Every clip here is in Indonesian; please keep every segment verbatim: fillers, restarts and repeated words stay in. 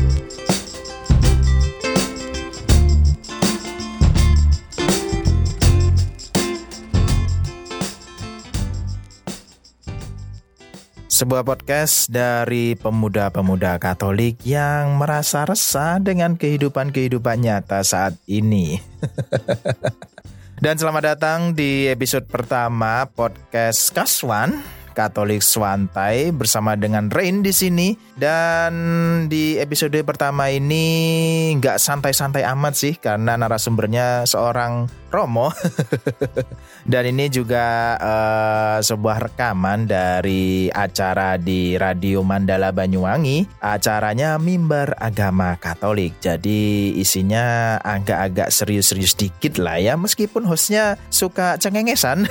Sebuah podcast dari pemuda-pemuda Katolik yang merasa resah dengan kehidupan-kehidupan nyata saat ini. Dan selamat datang di episode pertama podcast Kaswan Katolik Swantai bersama dengan Rain di sini. Dan di episode pertama ini nggak santai-santai amat sih karena narasumbernya seorang Romo. Dan ini juga uh, sebuah rekaman dari acara di Radio Mandala Banyuwangi. Acaranya Mimbar Agama Katolik. Jadi isinya agak-agak serius-serius dikit lah ya, meskipun hostnya suka cengengesan.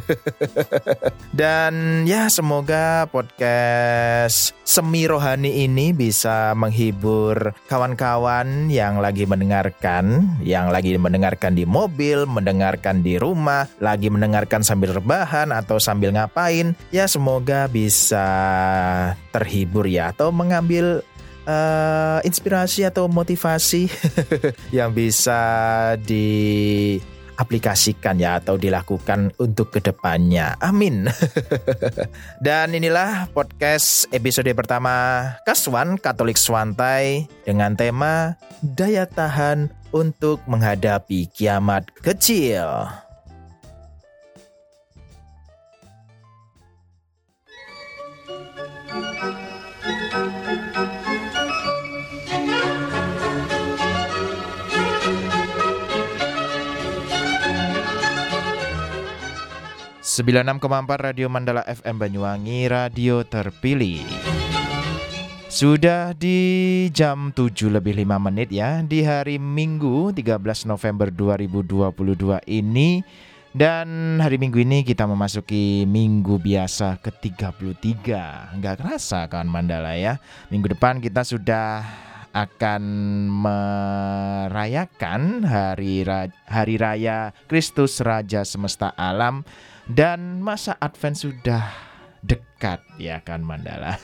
Dan ya semoga podcast semi rohani ini bisa menghibur kawan-kawan yang lagi mendengarkan, yang lagi mendengarkan di mobil, mendengarkan di rumah, lagi mendengarkan sambil rebahan atau sambil ngapain. Ya semoga bisa terhibur ya, atau mengambil uh, inspirasi atau motivasi yang bisa diaplikasikan ya, atau dilakukan untuk kedepannya. Amin. Dan inilah podcast episode pertama Kaswan Katolik Swantai dengan tema Daya Tahan untuk Menghadapi Kiamat Kecil. sembilan puluh enam koma empat Radio Mandala F M Banyuwangi, radio terpilih. Sudah di jam tujuh lebih lima menit ya, di hari Minggu tiga belas November dua ribu dua puluh dua ini. Dan hari Minggu ini kita memasuki minggu biasa ke tiga puluh tiga. Nggak kerasa kawan Mandala ya. Minggu depan kita sudah akan merayakan hari, ra- hari Raya Kristus Raja Semesta Alam. Dan masa Advent sudah dekat ya kan Mandala.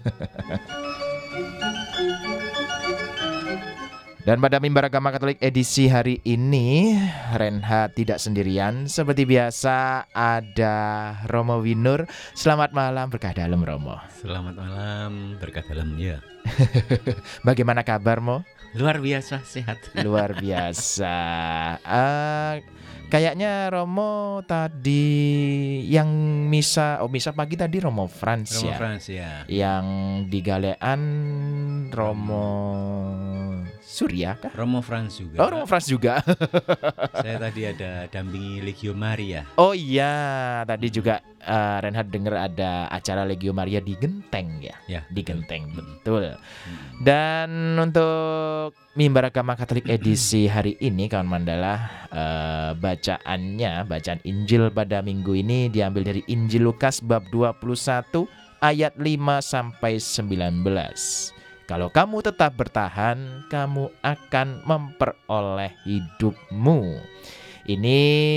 Dan pada Mimbar Agama Katolik edisi hari ini, Renhat tidak sendirian. Seperti biasa ada Romo Winur. Selamat malam berkah dalam Romo. Selamat malam berkah dalam ya. Bagaimana kabarmu? Luar biasa sehat. Luar biasa. uh, Kayaknya Romo tadi yang misa, oh misa pagi tadi Romo Frans Romo ya. Frans ya. Yang di Galean Romo Surya kah? Romo Frans juga. Oh Romo Frans juga. Saya tadi ada dampingi Legio Maria. Oh iya, tadi juga uh, Renhard dengar ada acara Legio Maria di Genteng ya. Ya, di betul. Genteng, betul. Dan untuk Mimbar Agama Katolik edisi hari ini kawan Mandala, uh, bacaannya, bacaan Injil pada minggu ini diambil dari Injil Lukas bab dua puluh satu ayat lima sampai sembilan belas. Kalau kamu tetap bertahan, kamu akan memperoleh hidupmu. Ini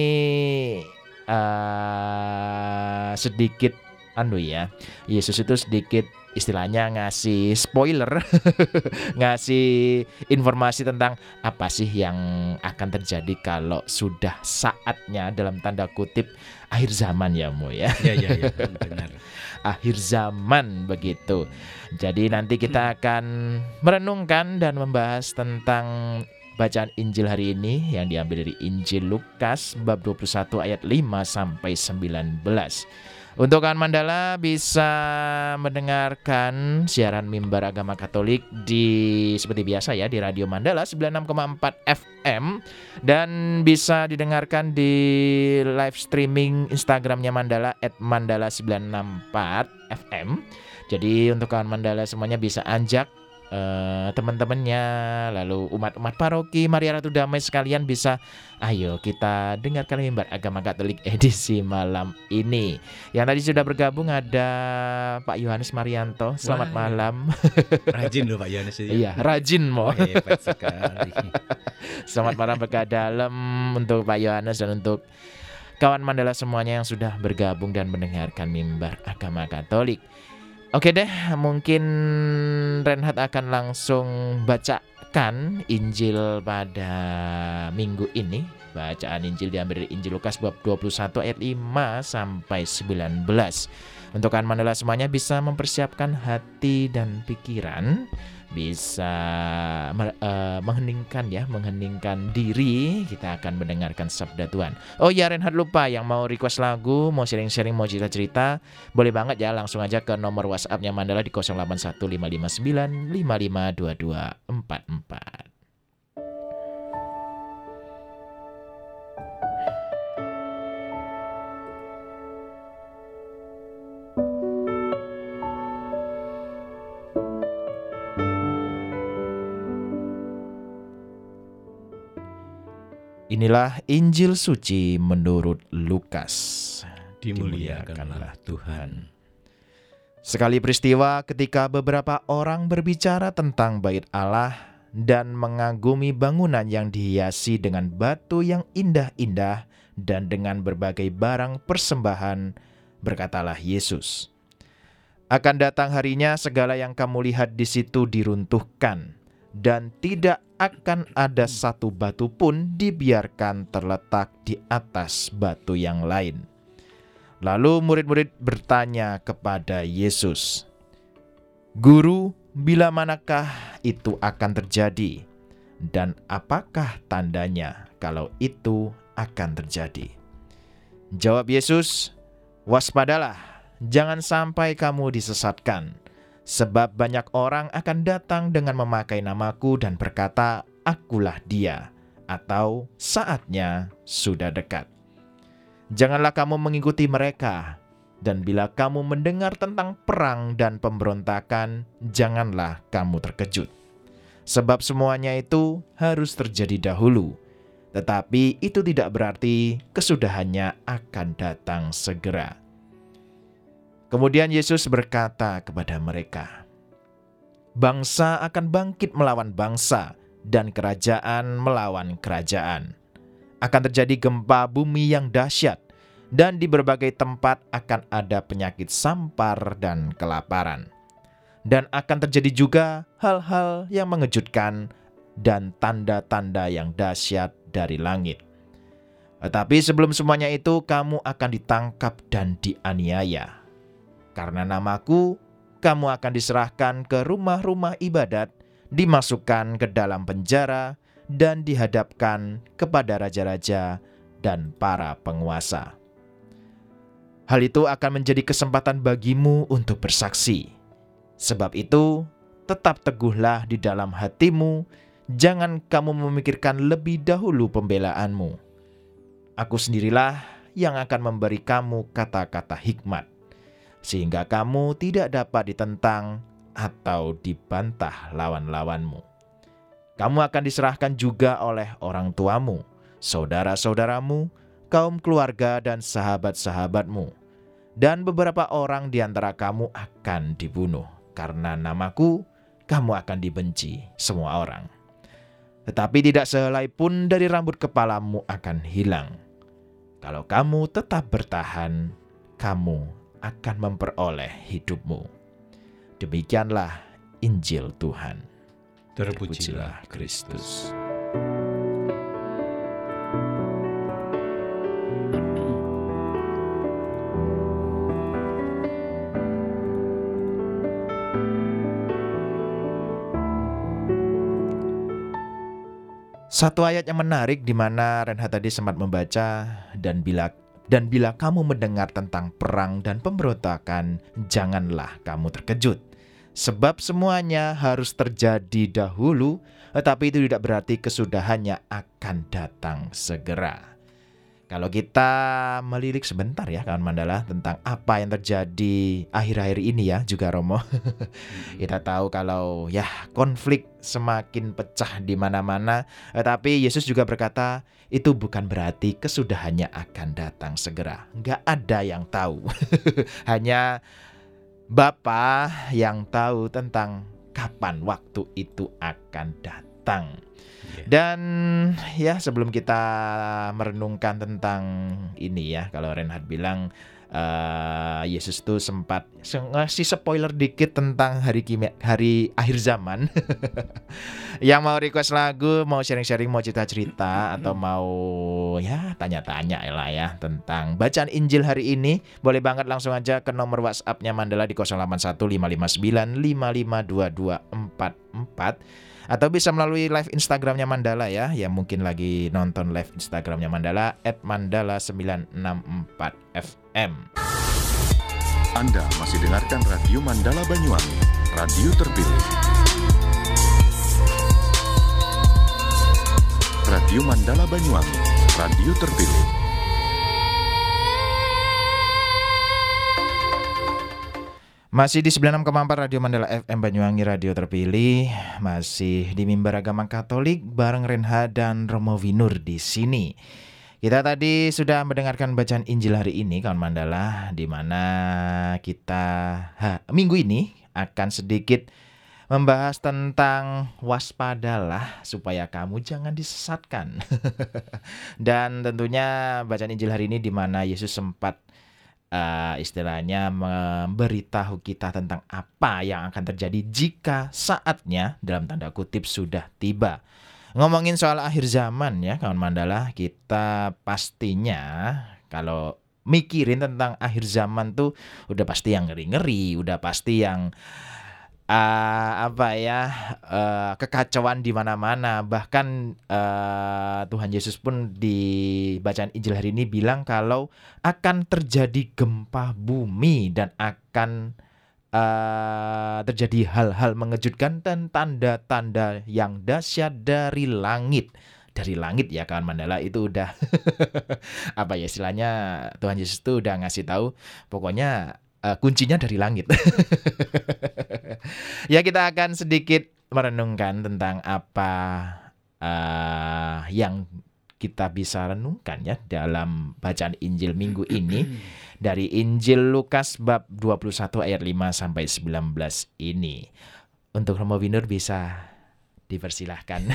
uh, sedikit anu ya, Yesus itu sedikit istilahnya ngasih spoiler, ngasih informasi tentang apa sih yang akan terjadi kalau sudah saatnya dalam tanda kutip akhir zaman ya Mo ya. Ya ya ya benar. Akhir zaman begitu. Jadi nanti kita akan merenungkan dan membahas tentang bacaan Injil hari ini yang diambil dari Injil Lukas bab dua puluh satu ayat lima sampai sembilan belas. Untuk kawan Mandala bisa mendengarkan siaran Mimbar Agama Katolik di seperti biasa ya di Radio Mandala sembilan puluh enam koma empat F M, dan bisa didengarkan di live streaming Instagramnya Mandala at mandala sembilan enam empat F M. Jadi untuk kawan Mandala semuanya bisa ajak Uh, teman-temannya, lalu umat-umat paroki Maria Ratu Damai sekalian bisa ayo kita dengarkan Mimbar Agama Katolik edisi malam ini. Yang tadi sudah bergabung ada Pak Yohanes Marianto. Selamat Wah, malam. Rajin loh Pak Yohanes. Iya, rajin Mo. Hebat sekali. Selamat malam berkah dalam untuk Pak Yohanes dan untuk kawan Mandala semuanya yang sudah bergabung dan mendengarkan Mimbar Agama Katolik. Oke deh, mungkin Reinhard akan langsung bacakan Injil pada minggu ini. Bacaan Injil diambil dari Injil Lukas bab dua puluh satu ayat lima sampai sembilan belas. Untuk Kalian Mandala semuanya bisa mempersiapkan hati dan pikiran, bisa uh, mengheningkan ya, mengheningkan diri. Kita akan mendengarkan sabda Tuhan. Oh ya, Reinhard lupa, yang mau request lagu, mau sharing-sharing, mau cerita-cerita, boleh banget ya, langsung aja ke nomor WhatsApp-nya Mandala di nol delapan satu lima lima sembilan lima lima dua dua empat empat. Inilah Injil suci menurut Lukas. Dimuliakanlah Tuhan. Sekali peristiwa ketika beberapa orang berbicara tentang bait Allah dan mengagumi bangunan yang dihiasi dengan batu yang indah-indah dan dengan berbagai barang persembahan, berkatalah Yesus, "Akan datang harinya segala yang kamu lihat di situ diruntuhkan, dan tidak akan ada satu batu pun dibiarkan terletak di atas batu yang lain." Lalu murid-murid bertanya kepada Yesus, "Guru, bila manakah itu akan terjadi? Dan apakah tandanya kalau itu akan terjadi?" Jawab Yesus, "Waspadalah, jangan sampai kamu disesatkan. Sebab banyak orang akan datang dengan memakai namaku dan berkata, 'Akulah dia,' atau 'Saatnya sudah dekat.' Janganlah kamu mengikuti mereka. Dan bila kamu mendengar tentang perang dan pemberontakan, janganlah kamu terkejut. Sebab semuanya itu harus terjadi dahulu. Tetapi itu tidak berarti kesudahannya akan datang segera." Kemudian Yesus berkata kepada mereka, "Bangsa akan bangkit melawan bangsa, dan kerajaan melawan kerajaan. Akan terjadi gempa bumi yang dahsyat, dan di berbagai tempat akan ada penyakit sampar dan kelaparan. Dan akan terjadi juga hal-hal yang mengejutkan dan tanda-tanda yang dahsyat dari langit. Tetapi sebelum semuanya itu, kamu akan ditangkap dan dianiaya. Karena namaku, kamu akan diserahkan ke rumah-rumah ibadat, dimasukkan ke dalam penjara, dan dihadapkan kepada raja-raja dan para penguasa. Hal itu akan menjadi kesempatan bagimu untuk bersaksi. Sebab itu, tetap teguhlah di dalam hatimu, jangan kamu memikirkan lebih dahulu pembelaanmu. Aku sendirilah yang akan memberi kamu kata-kata hikmat, sehingga kamu tidak dapat ditentang atau dibantah lawan-lawanmu. Kamu akan diserahkan juga oleh orang tuamu, saudara-saudaramu, kaum keluarga dan sahabat-sahabatmu. Dan beberapa orang di antara kamu akan dibunuh. Karena namaku, kamu akan dibenci semua orang. Tetapi tidak sehelai pun dari rambut kepalamu akan hilang. Kalau kamu tetap bertahan, kamu akan memperoleh hidupmu." Demikianlah Injil Tuhan. Terpujilah Kristus. Satu ayat yang menarik di mana Reinhard tadi sempat membaca, dan bila Dan bila kamu mendengar tentang perang dan pemberontakan, janganlah kamu terkejut. Sebab semuanya harus terjadi dahulu, tetapi itu tidak berarti kesudahannya akan datang segera. Kalau kita melirik sebentar ya kawan Mandala tentang apa yang terjadi akhir-akhir ini ya juga Romo. Kita tahu kalau ya konflik semakin pecah di mana-mana, tetapi Yesus juga berkata itu bukan berarti kesudahannya akan datang segera. Nggak ada yang tahu. Hanya Bapa yang tahu tentang kapan waktu itu akan datang. Dan ya sebelum kita merenungkan tentang ini ya, kalau Reinhard bilang uh, Yesus tuh sempat ngasih spoiler dikit tentang hari kimia, hari akhir zaman. Yang mau request lagu, mau sharing-sharing, mau cerita-cerita, atau mau ya tanya-tanya lah ya tentang bacaan Injil hari ini, boleh banget langsung aja ke nomor WhatsApp-nya Mandala di nol delapan satu lima lima sembilan lima lima dua dua empat empat. Atau bisa melalui live Instagramnya Mandala ya, yang mungkin lagi nonton live Instagramnya Mandala at mandala sembilan enam empat F M. Anda masih dengarkan Radio Mandala Banyuwangi, radio terpilih. Radio Mandala Banyuwangi, radio terpilih. Masih di sembilan puluh enam koma empat Radio Mandala F M Banyuwangi, radio terpilih. Masih di Mimbar Agama Katolik bareng Renha dan Romo Winur di sini. Kita tadi sudah mendengarkan bacaan Injil hari ini kawan Mandala, di mana kita ha, minggu ini akan sedikit membahas tentang waspadalah supaya kamu jangan disesatkan. Dan tentunya bacaan Injil hari ini di mana Yesus sempat Uh, istilahnya memberitahu kita tentang apa yang akan terjadi jika saatnya dalam tanda kutip sudah tiba. Ngomongin soal akhir zaman ya kawan Mandala, kita pastinya kalau mikirin tentang akhir zaman tuh udah pasti yang ngeri-ngeri, udah pasti yang Uh, apa ya uh, kekacauan di mana-mana. Bahkan uh, Tuhan Yesus pun di bacaan Injil hari ini bilang kalau akan terjadi gempa bumi dan akan uh, terjadi hal-hal mengejutkan dan tanda-tanda yang dahsyat dari langit. Dari langit ya kawan Mandala, itu udah apa ya istilahnya, Tuhan Yesus tuh udah ngasih tahu pokoknya Uh, kuncinya dari langit. Ya, kita akan sedikit merenungkan tentang apa uh, yang kita bisa renungkan ya dalam bacaan Injil minggu ini dari Injil Lukas bab dua puluh satu ayat lima sampai sembilan belas ini. Untuk Romo Winur bisa dipersilahkan.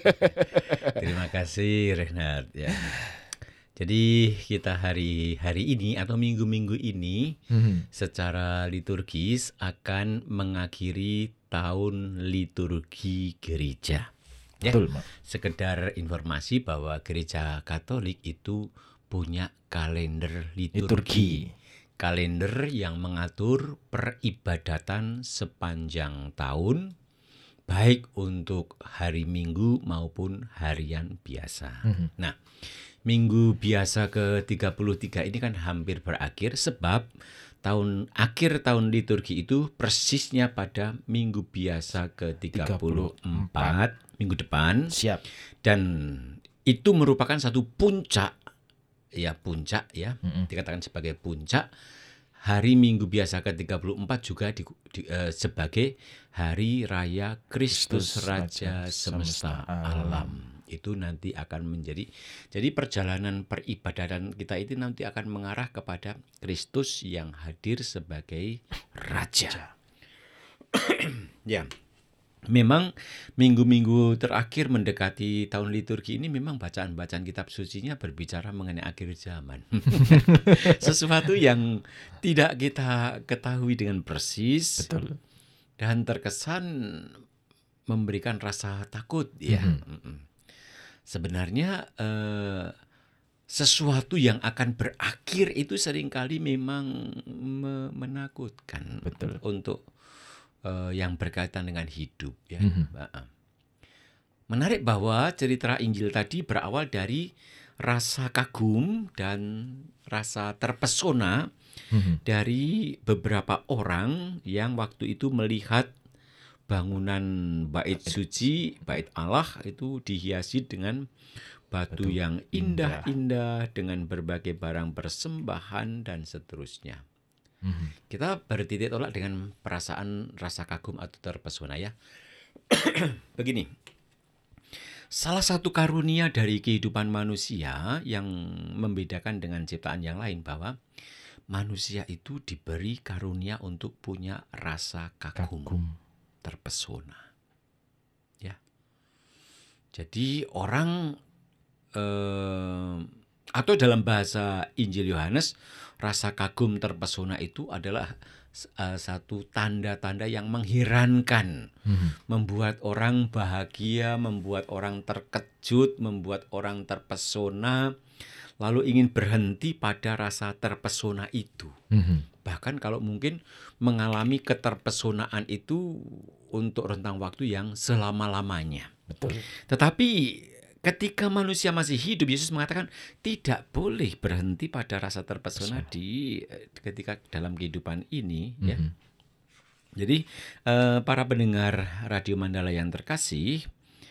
Terima kasih Renhard ya. Jadi kita hari hari ini atau minggu-minggu ini hmm. secara liturgis akan mengakhiri tahun liturgi gereja. Ya, betul, sekedar informasi bahwa gereja Katolik itu punya kalender liturgi. liturgi. Kalender yang mengatur peribadatan sepanjang tahun, baik untuk hari Minggu maupun harian biasa. Hmm. Nah, Minggu biasa ke tiga puluh tiga ini kan hampir berakhir, sebab tahun akhir tahun liturgi itu persisnya pada Minggu biasa ke tiga puluh empat, minggu depan. Siap. Dan itu merupakan satu puncak, ya puncak ya, mm-mm. dikatakan sebagai puncak. Hari Minggu biasa ke tiga puluh empat juga di, di, uh, sebagai Hari Raya Kristus Raja, Raja Semesta, Semesta Alam. Alam. Itu nanti akan menjadi, jadi perjalanan peribadatan kita itu nanti akan mengarah kepada Kristus yang hadir sebagai Raja. Ya, memang minggu-minggu terakhir mendekati tahun liturgi ini memang bacaan-bacaan kitab sucinya berbicara mengenai akhir zaman. Sesuatu yang tidak kita ketahui dengan persis. Betul. Dan terkesan memberikan rasa takut ya. Mm-hmm. Sebenarnya eh, sesuatu yang akan berakhir itu seringkali memang me- menakutkan. Betul. Untuk eh, yang berkaitan dengan hidup ya. Mm-hmm. Menarik bahwa cerita Injil tadi berawal dari rasa kagum dan rasa terpesona mm-hmm. dari beberapa orang yang waktu itu melihat bangunan bait suci, bait Allah itu dihiasi dengan batu Betul. yang indah-indah, dengan berbagai barang persembahan dan seterusnya. Mm-hmm. Kita bertitik tolak dengan perasaan rasa kagum atau terpesona ya. Begini, salah satu karunia dari kehidupan manusia yang membedakan dengan ciptaan yang lain bahwa manusia itu diberi karunia untuk punya rasa kagum. kagum. Terpesona, ya. Jadi orang eh, Atau dalam bahasa Injil Yohanes, rasa kagum terpesona itu adalah uh, satu tanda-tanda yang mengherankan, hmm. membuat orang bahagia, membuat orang terkejut, membuat orang terpesona, lalu ingin berhenti pada rasa terpesona itu. Hmm. Bahkan kalau mungkin mengalami keterpesonaan itu untuk rentang waktu yang selama-lamanya. Betul. Tetapi ketika manusia masih hidup, Yesus mengatakan tidak boleh berhenti pada rasa terpesona Pesona. di ketika dalam kehidupan ini. Mm-hmm. Ya. Jadi uh, para pendengar Radio Mandala yang terkasih,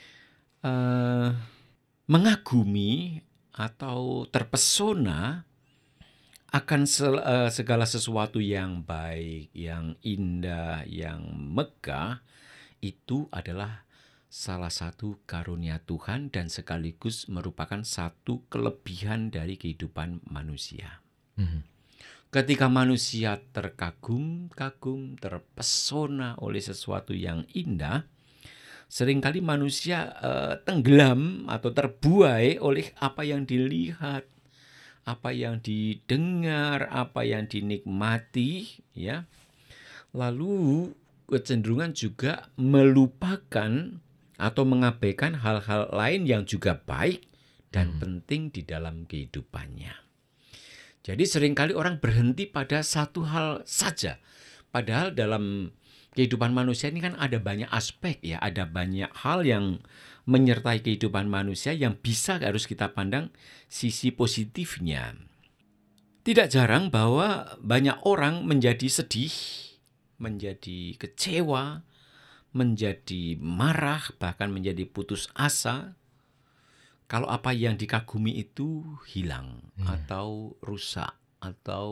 uh, mengagumi atau terpesona akan se- uh, segala sesuatu yang baik, yang indah, yang megah, itu adalah salah satu karunia Tuhan dan sekaligus merupakan satu kelebihan dari kehidupan manusia. Mm-hmm. Ketika manusia terkagum-kagum, terpesona oleh sesuatu yang indah, seringkali manusia uh, tenggelam atau terbuai oleh apa yang dilihat, apa yang didengar, apa yang dinikmati, ya. Lalu kecenderungan juga melupakan atau mengabaikan hal-hal lain yang juga baik dan hmm. penting di dalam kehidupannya. Jadi seringkali orang berhenti pada satu hal saja. Padahal dalam kehidupan manusia ini kan ada banyak aspek, ya, ada banyak hal yang menyertai kehidupan manusia yang bisa harus kita pandang sisi positifnya. Tidak jarang bahwa banyak orang menjadi sedih, menjadi kecewa, menjadi marah, bahkan menjadi putus asa kalau apa yang dikagumi itu hilang hmm. atau rusak atau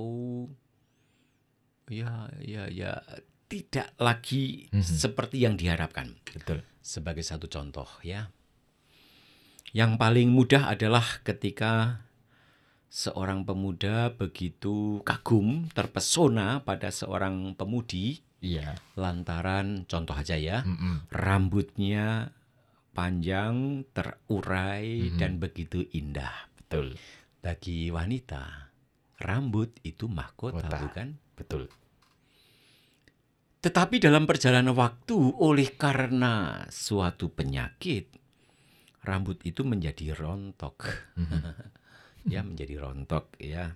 ya ya ya tidak lagi hmm. seperti yang diharapkan. Betul. Sebagai satu contoh, ya. Yang paling mudah adalah ketika seorang pemuda begitu kagum, terpesona pada seorang pemudi. Iya. Lantaran contoh aja ya, Mm-mm. rambutnya panjang, terurai, Mm-mm. dan begitu indah. Betul. Bagi wanita, rambut itu mahkota, Kota. bukan? Betul. Tetapi dalam perjalanan waktu, oleh karena suatu penyakit, rambut itu menjadi rontok. Mm-hmm. Ya, menjadi rontok, ya.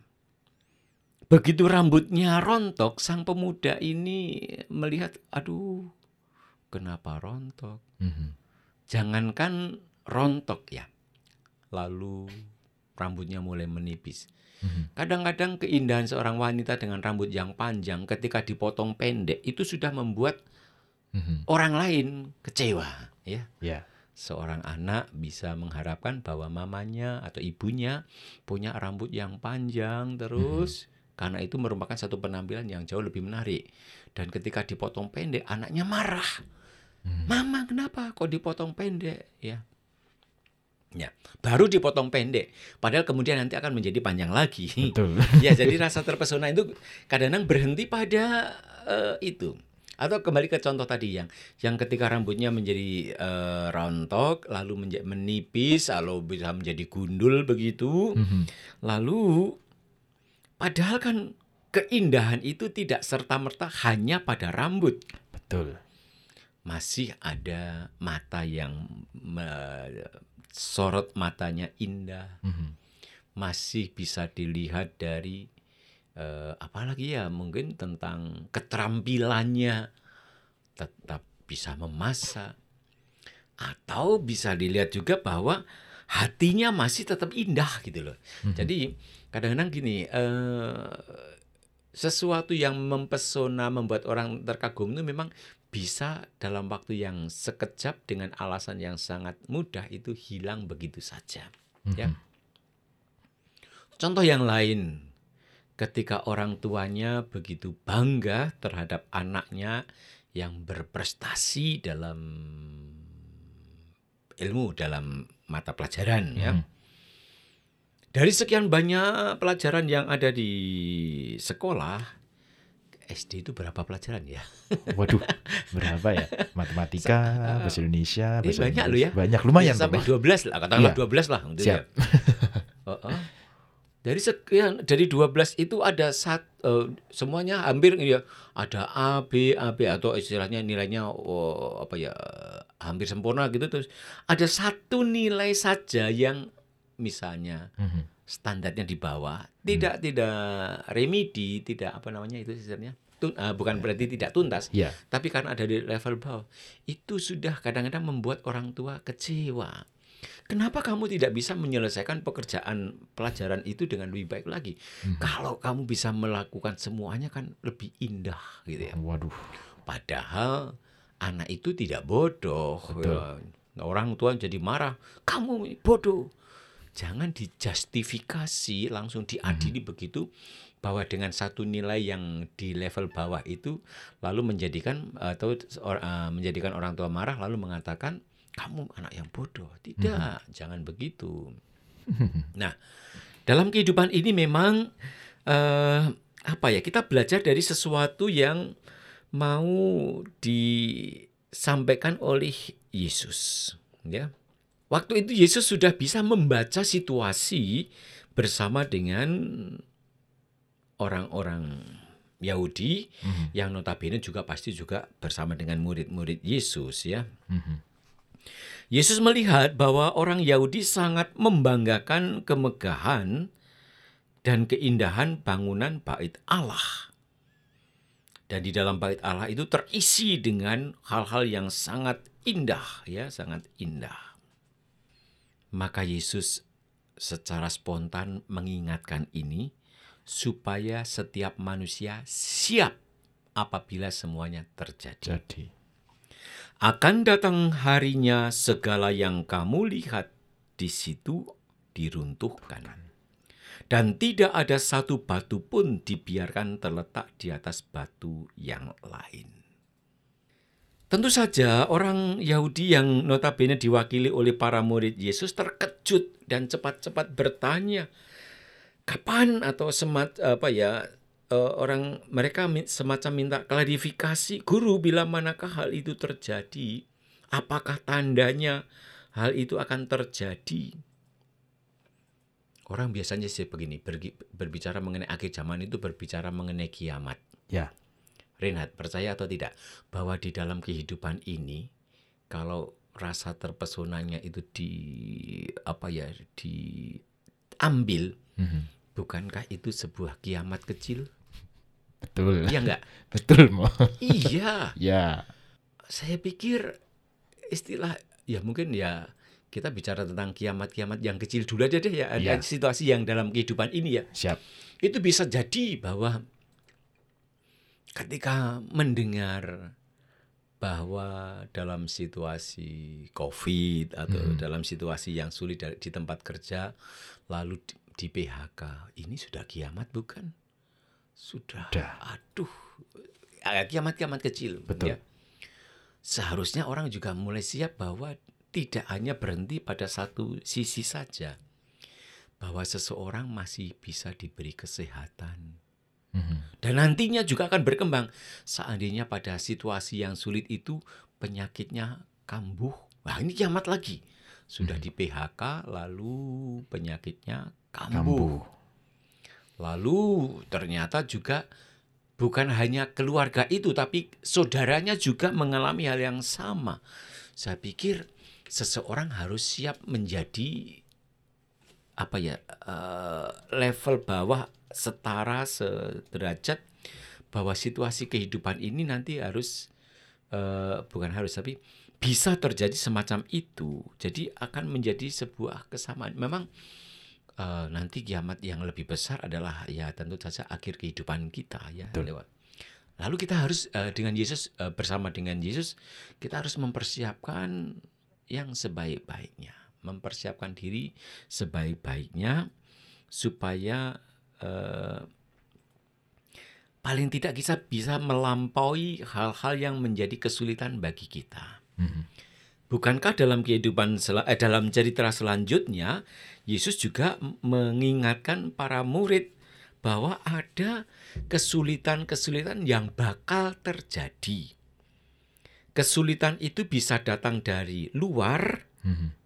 Begitu rambutnya rontok, sang pemuda ini melihat, aduh, kenapa rontok? Mm-hmm. Jangankan rontok, ya, lalu rambutnya mulai menipis. Mm-hmm. Kadang-kadang keindahan seorang wanita dengan rambut yang panjang ketika dipotong pendek itu sudah membuat mm-hmm. orang lain kecewa, ya. Yeah. Seorang anak bisa mengharapkan bahwa mamanya atau ibunya punya rambut yang panjang terus. Mm-hmm. Karena itu merupakan satu penampilan yang jauh lebih menarik. Dan ketika dipotong pendek, anaknya marah. Hmm. Mama, kenapa kok dipotong pendek? Ya, ya, baru dipotong pendek. Padahal kemudian nanti akan menjadi panjang lagi. Betul. Ya, jadi rasa terpesona itu kadang-kadang berhenti pada uh, itu. Atau kembali ke contoh tadi yang, yang ketika rambutnya menjadi uh, rontok, lalu menja- menipis, lalu bisa menjadi gundul begitu. Hmm. Lalu padahal kan keindahan itu tidak serta-merta hanya pada rambut. Betul. Masih ada mata yang me- sorot matanya indah. Mm-hmm. Masih bisa dilihat dari uh, apalagi ya, mungkin tentang keterampilannya tetap bisa memasak. Atau bisa dilihat juga bahwa hatinya masih tetap indah gitu loh. Mm-hmm. Jadi kadang-kadang gini, eh, sesuatu yang mempesona, membuat orang terkagum itu memang bisa dalam waktu yang sekejap dengan alasan yang sangat mudah itu hilang begitu saja. Mm-hmm. Ya. Contoh yang lain, ketika orang tuanya begitu bangga terhadap anaknya yang berprestasi dalam ilmu, dalam mata pelajaran, mm-hmm. ya. Dari sekian banyak pelajaran yang ada di sekolah, S D itu berapa pelajaran ya? Waduh, berapa ya? Matematika, bahasa Indonesia, bahasa banyak Inggris. Loh ya. Banyak, lumayan. Sampai dua belas lah, katakanlah iya. dua belas lah. Gitu. Siap. Ya. Oh, oh. Dari sekian, dari dua belas itu ada sat, uh, semuanya hampir ya ada A, B, A, B atau istilahnya nilainya oh, apa ya hampir sempurna gitu. Terus ada satu nilai saja yang misalnya Mhm. standarnya di bawah, tidak tidak remedi, tidak apa namanya itu istilahnya. Tun, uh, bukan berarti tidak tuntas, Ya. tapi karena ada di level bawah, itu sudah kadang-kadang membuat orang tua kecewa. Kenapa kamu tidak bisa menyelesaikan pekerjaan pelajaran itu dengan lebih baik lagi? Mhm. Kalau kamu bisa melakukan semuanya kan lebih indah gitu ya. Waduh. Padahal anak itu tidak bodoh. Betul. Ya. Orang tua jadi marah, kamu bodoh. Jangan dijustifikasi, langsung diadili begitu, bahwa dengan satu nilai yang di level bawah itu lalu menjadikan atau uh, menjadikan orang tua marah lalu mengatakan kamu anak yang bodoh. Tidak, jangan begitu. Nah, dalam kehidupan ini memang uh, apa ya? Kita belajar dari sesuatu yang mau disampaikan oleh Yesus, ya. Waktu itu Yesus sudah bisa membaca situasi bersama dengan orang-orang Yahudi Mhm. yang notabene juga pasti juga bersama dengan murid-murid Yesus, ya. Mhm. Yesus melihat bahwa orang Yahudi sangat membanggakan kemegahan dan keindahan bangunan Bait Allah. Dan di dalam Bait Allah itu terisi dengan hal-hal yang sangat indah, ya, sangat indah. Maka Yesus secara spontan mengingatkan ini supaya setiap manusia siap apabila semuanya terjadi. Jadi. Akan datang harinya segala yang kamu lihat di situ diruntuhkan. Dan tidak ada satu batu pun dibiarkan terletak di atas batu yang lain. Tentu saja orang Yahudi yang notabene diwakili oleh para murid Yesus terkejut dan cepat-cepat bertanya, kapan atau semat apa ya uh, orang mereka semacam minta klarifikasi, guru bila manakah hal itu terjadi? Apakah tandanya hal itu akan terjadi? Orang biasanya sih begini, bergi, berbicara mengenai akhir zaman itu berbicara mengenai kiamat. Ya. Reinhard, percaya atau tidak bahwa di dalam kehidupan ini kalau rasa terpesonanya itu di apa ya diambil, Mhm. bukankah itu sebuah kiamat kecil? Betul. Iya enggak? Betul, Mo. Iya. Ya. Saya pikir istilah ya mungkin ya kita bicara tentang kiamat-kiamat yang kecil dulu aja deh ya. Ada Ya. situasi yang dalam kehidupan ini ya. Siap. Itu bisa jadi bahwa ketika mendengar bahwa dalam situasi COVID atau Hmm. dalam situasi yang sulit di tempat kerja lalu di, di P H K, ini sudah kiamat bukan? Sudah. Sudah. Aduh, kiamat-kiamat kecil. Betul. Ya. Seharusnya orang juga mulai siap bahwa tidak hanya berhenti pada satu sisi saja, bahwa seseorang masih bisa diberi kesehatan. Mhm. Dan nantinya juga akan berkembang. Seandainya pada situasi yang sulit itu penyakitnya kambuh, wah ini kiamat lagi. Sudah di P H K lalu penyakitnya kambuh. Kambuh. Lalu ternyata juga bukan hanya keluarga itu tapi saudaranya juga mengalami hal yang sama. Saya pikir seseorang harus siap menjadi apa ya uh, level bawah setara sederajat bahwa situasi kehidupan ini nanti harus uh, bukan harus tapi bisa terjadi semacam itu. Jadi akan menjadi sebuah kesamaan. Memang uh, nanti kiamat yang lebih besar adalah ya tentu saja akhir kehidupan kita ya. Betul. Lewat. Lalu kita harus uh, dengan Yesus uh, bersama dengan Yesus kita harus mempersiapkan yang sebaik-baiknya, mempersiapkan diri sebaik-baiknya supaya Uh, paling tidak kita bisa melampaui hal-hal yang menjadi kesulitan bagi kita. Mhm. Bukankah dalam kehidupan sel- eh, dalam cerita selanjutnya Yesus juga mengingatkan para murid bahwa ada kesulitan-kesulitan yang bakal terjadi. Kesulitan itu bisa datang dari luar Mhm.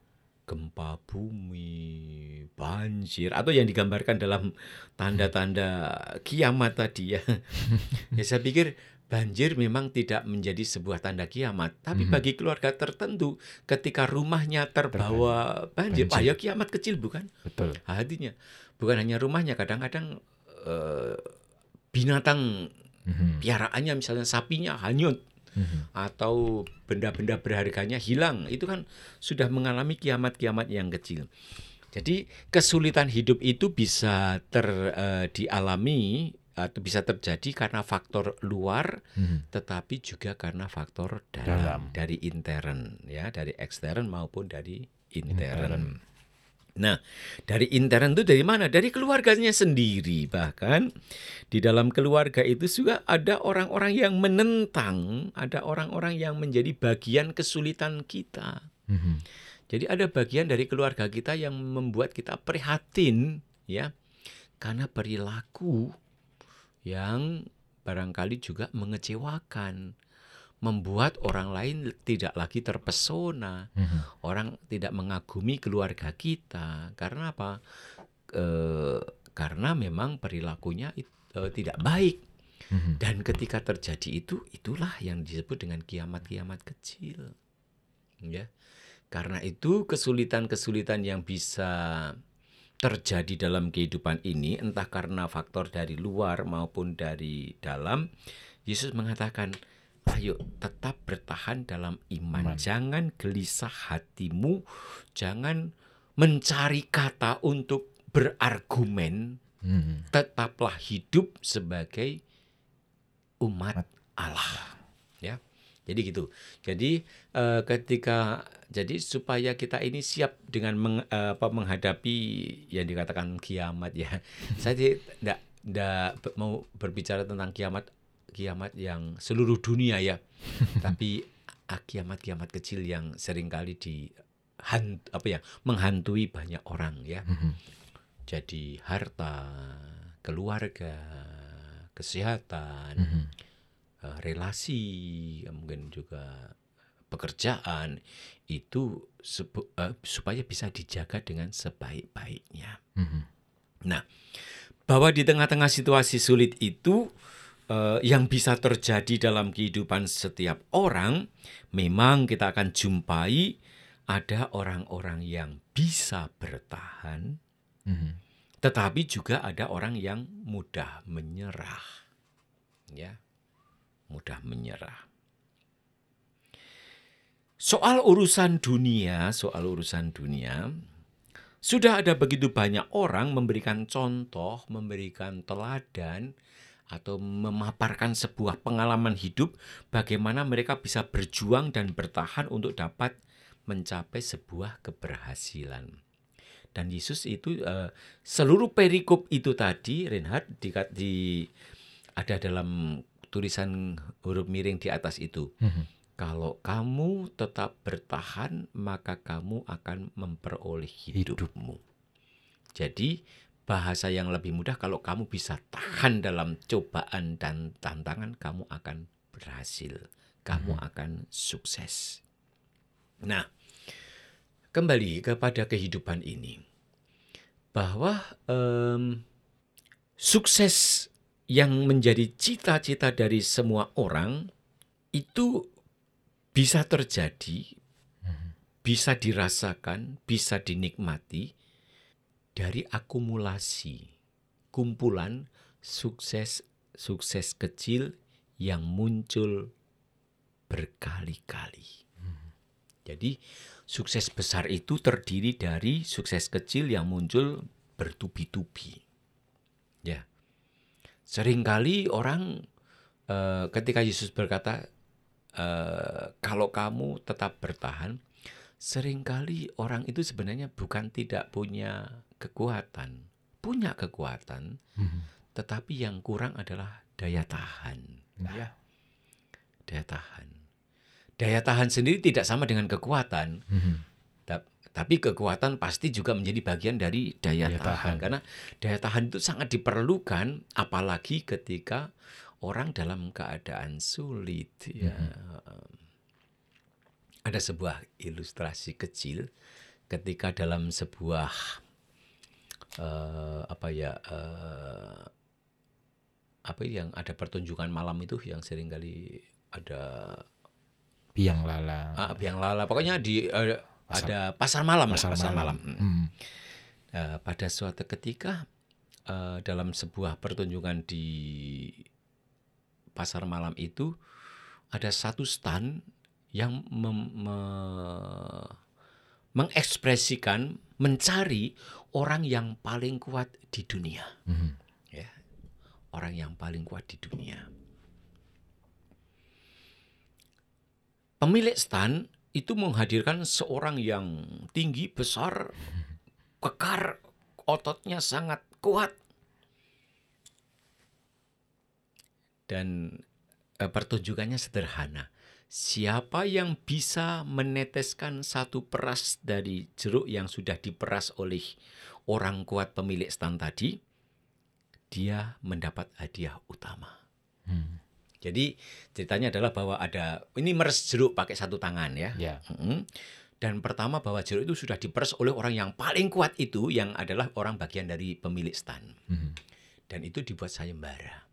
gempa bumi, banjir, atau yang digambarkan dalam tanda-tanda kiamat tadi ya. Ya saya pikir banjir memang tidak menjadi sebuah tanda kiamat, tapi Mhm. bagi keluarga tertentu ketika rumahnya terbawa banjir, ah Banjir. ya kiamat kecil bukan? Betul. Artinya bukan hanya rumahnya, kadang-kadang eh, binatang Mhm. piaraannya misalnya sapinya hanyut Mhm. atau benda-benda berharganya hilang, itu kan sudah mengalami kiamat-kiamat yang kecil. Jadi kesulitan hidup itu bisa ter eh, dialami atau bisa terjadi karena faktor luar, Mhm. tetapi juga karena faktor dalam, Dalam. dari intern ya, dari ekstern maupun dari Intern. intern. Nah, dari intern itu dari mana? Dari keluarganya sendiri. Bahkan di dalam keluarga itu juga ada orang-orang yang menentang, ada orang-orang yang menjadi bagian kesulitan kita. Mhm. Jadi ada bagian dari keluarga kita yang membuat kita prihatin ya, karena perilaku yang barangkali juga mengecewakan, membuat orang lain tidak lagi terpesona. Mhm. Orang tidak mengagumi keluarga kita. Karena apa? Eh, karena memang perilakunya it- eh, tidak baik. Mhm. Dan ketika terjadi itu, itulah yang disebut dengan kiamat-kiamat kecil. Ya. Karena itu kesulitan-kesulitan yang bisa terjadi dalam kehidupan ini, entah karena faktor dari luar maupun dari dalam, Yesus mengatakan, ayo tetap bertahan dalam iman. Iman. Jangan gelisah hatimu, jangan mencari kata untuk berargumen, Mhm. tetaplah hidup sebagai umat Allah. Ya. Jadi gitu. Jadi eh, ketika jadi supaya kita ini siap dengan meng- eh, apa, menghadapi yang dikatakan kiamat ya. Saya tidak tidak mau berbicara tentang kiamat kiamat yang seluruh dunia ya. Tapi ah, kiamat-kiamat kecil yang seringkali di han- apa ya, menghantui banyak orang ya. Mhm. Jadi harta, keluarga, kesehatan, Mhm. eh, relasi, mungkin juga pekerjaan itu sebu- eh, supaya bisa dijaga dengan sebaik-baiknya. Mhm. Nah, bahwa di tengah-tengah situasi sulit itu eh, yang bisa terjadi dalam kehidupan setiap orang, memang kita akan jumpai ada orang-orang yang bisa bertahan, Mhm. tetapi juga ada orang yang mudah menyerah. Ya, mudah menyerah. Soal urusan dunia, soal urusan dunia, sudah ada begitu banyak orang memberikan contoh, memberikan teladan, atau memaparkan sebuah pengalaman hidup bagaimana mereka bisa berjuang dan bertahan untuk dapat mencapai sebuah keberhasilan. Dan Yesus itu eh, seluruh perikop itu tadi, Reinhard, di, di ada dalam tulisan huruf miring di atas itu. Mhm. Kalau kamu tetap bertahan, maka kamu akan memperoleh hidupmu. Jadi bahasa yang lebih mudah, kalau kamu bisa tahan dalam cobaan dan tantangan, kamu akan berhasil. Kamu Mhm. akan sukses. Nah, kembali kepada kehidupan ini. Bahwa em, sukses yang menjadi cita-cita dari semua orang itu bisa terjadi, bisa dirasakan, bisa dinikmati dari akumulasi, kumpulan sukses-sukses kecil yang muncul berkali-kali. Jadi sukses besar itu terdiri dari sukses kecil yang muncul bertubi-tubi. Ya, seringkali orang eh, ketika Yesus berkata, Uh, kalau kamu tetap bertahan, seringkali orang itu sebenarnya bukan tidak punya kekuatan, punya kekuatan, Mhm. tetapi yang kurang adalah daya tahan. Nah. Ya, daya tahan. Daya tahan sendiri tidak sama dengan kekuatan, Mhm. Ta- tapi kekuatan pasti juga menjadi bagian dari daya, Daya tahan. tahan. Karena daya tahan itu sangat diperlukan, apalagi ketika orang dalam keadaan sulit. Ya. Ada sebuah ilustrasi kecil ketika dalam sebuah uh, apa ya uh, apa yang ada pertunjukan malam itu yang seringkali ada biang lala. Ah, biang lala. Pokoknya di uh, pasar, ada pasar malam, pasar, lah, pasar malam. malam. Hmm. Uh, pada suatu ketika uh, dalam sebuah pertunjukan di pasar malam itu ada satu stand yang mem- me- mengekspresikan mencari orang yang paling kuat di dunia. Hmm. Ya, orang yang paling kuat di dunia. Pemilik stand itu menghadirkan seorang yang tinggi, besar, kekar, ototnya sangat kuat. Dan eh, pertunjukannya sederhana. Siapa yang bisa meneteskan satu peras dari jeruk yang sudah diperas oleh orang kuat pemilik stand tadi, dia mendapat hadiah utama. Hmm. Jadi ceritanya adalah bahwa ada, ini meres jeruk pakai satu tangan ya. Yeah. Hmm. Dan pertama bahwa jeruk itu sudah diperas oleh orang yang paling kuat itu, yang adalah orang bagian dari pemilik stand. Hmm. Dan itu dibuat sayembara.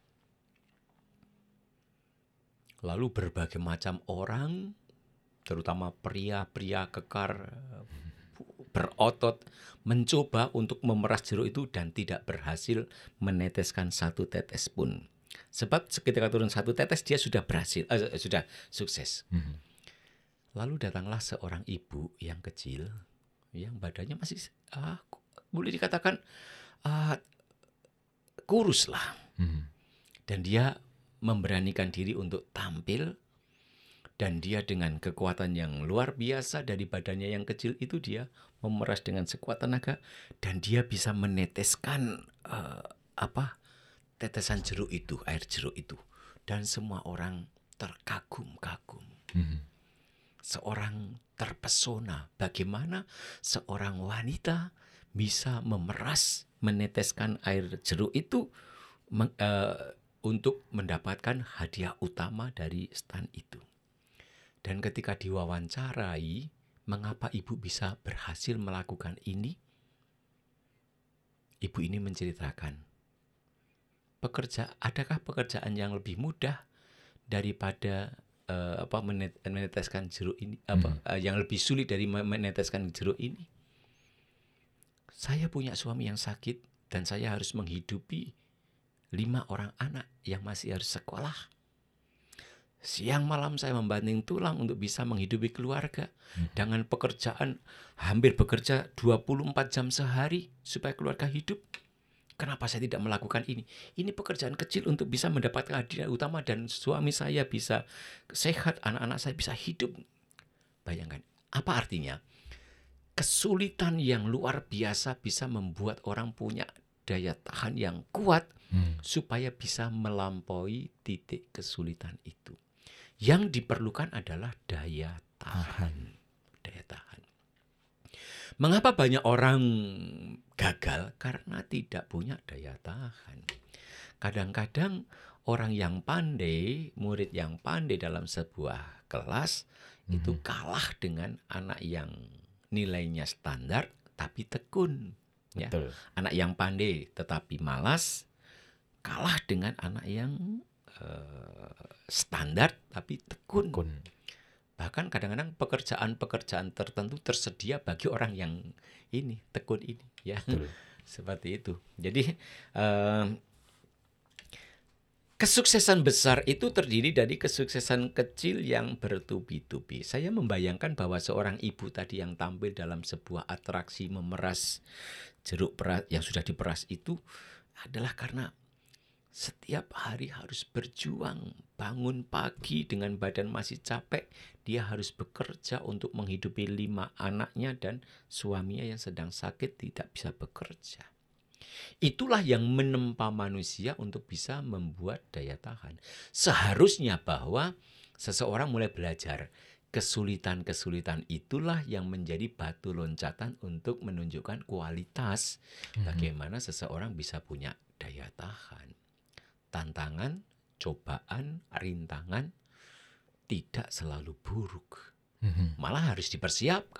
Lalu berbagai macam orang, terutama pria-pria kekar, berotot, mencoba untuk memeras jeruk itu dan tidak berhasil meneteskan satu tetes pun. Sebab ketika turun satu tetes dia sudah berhasil, uh, sudah sukses. Mm-hmm. Lalu datanglah seorang ibu yang kecil, yang badannya masih uh, boleh dikatakan uh, kurus lah. Mm-hmm. Dan dia memberanikan diri untuk tampil, dan dia dengan kekuatan yang luar biasa dari badannya yang kecil itu, dia memeras dengan sekuat tenaga dan dia bisa meneteskan uh, apa? tetesan jeruk itu, air jeruk itu, dan semua orang terkagum-kagum. Mm-hmm. Seorang terpesona bagaimana seorang wanita bisa memeras, meneteskan air jeruk itu meng, uh, untuk mendapatkan hadiah utama dari stand itu. Dan ketika diwawancarai, mengapa ibu bisa berhasil melakukan ini? Ibu ini menceritakan, Pekerja, adakah pekerjaan yang lebih mudah daripada uh, apa menet, meneteskan jeruk ini? Apa hmm. uh, yang lebih sulit dari meneteskan jeruk ini? Saya punya suami yang sakit dan saya harus menghidupi lima orang anak yang masih harus sekolah. Siang malam saya membanting tulang untuk bisa menghidupi keluarga hmm. dengan pekerjaan hampir bekerja dua puluh empat jam sehari supaya keluarga hidup. Kenapa saya tidak melakukan ini? Ini pekerjaan kecil untuk bisa mendapatkan hadiah utama dan suami saya bisa sehat, anak-anak saya bisa hidup. Bayangkan, apa artinya? Kesulitan yang luar biasa bisa membuat orang punya daya tahan yang kuat hmm. supaya bisa melampaui titik kesulitan itu. Yang diperlukan adalah daya tahan. Daya tahan. Mengapa banyak orang gagal? Karena tidak punya daya tahan. Kadang-kadang orang yang pandai, murid yang pandai dalam sebuah kelas mm-hmm. itu kalah dengan anak yang nilainya standar tapi tekun. Ya. Anak yang pandai tetapi malas kalah dengan anak yang uh, standar tapi tekun. tekun. Bahkan kadang-kadang pekerjaan-pekerjaan tertentu tersedia bagi orang yang ini, tekun ini, ya. Betul. Seperti itu. Jadi eh, kesuksesan besar itu terdiri dari kesuksesan kecil yang bertubi-tubi. Saya membayangkan bahwa seorang ibu tadi yang tampil dalam sebuah atraksi memeras jeruk peras yang sudah diperas itu adalah karena setiap hari harus berjuang, bangun pagi dengan badan masih capek, dia harus bekerja untuk menghidupi lima anaknya dan suaminya yang sedang sakit tidak bisa bekerja. Itulah yang menempa manusia untuk bisa membuat daya tahan. Seharusnya bahwa seseorang mulai belajar, kesulitan-kesulitan itulah yang menjadi batu loncatan untuk menunjukkan kualitas bagaimana seseorang bisa punya daya tahan. Tantangan, cobaan, rintangan tidak selalu buruk. Mm-hmm. Malah harus dipersiapkan.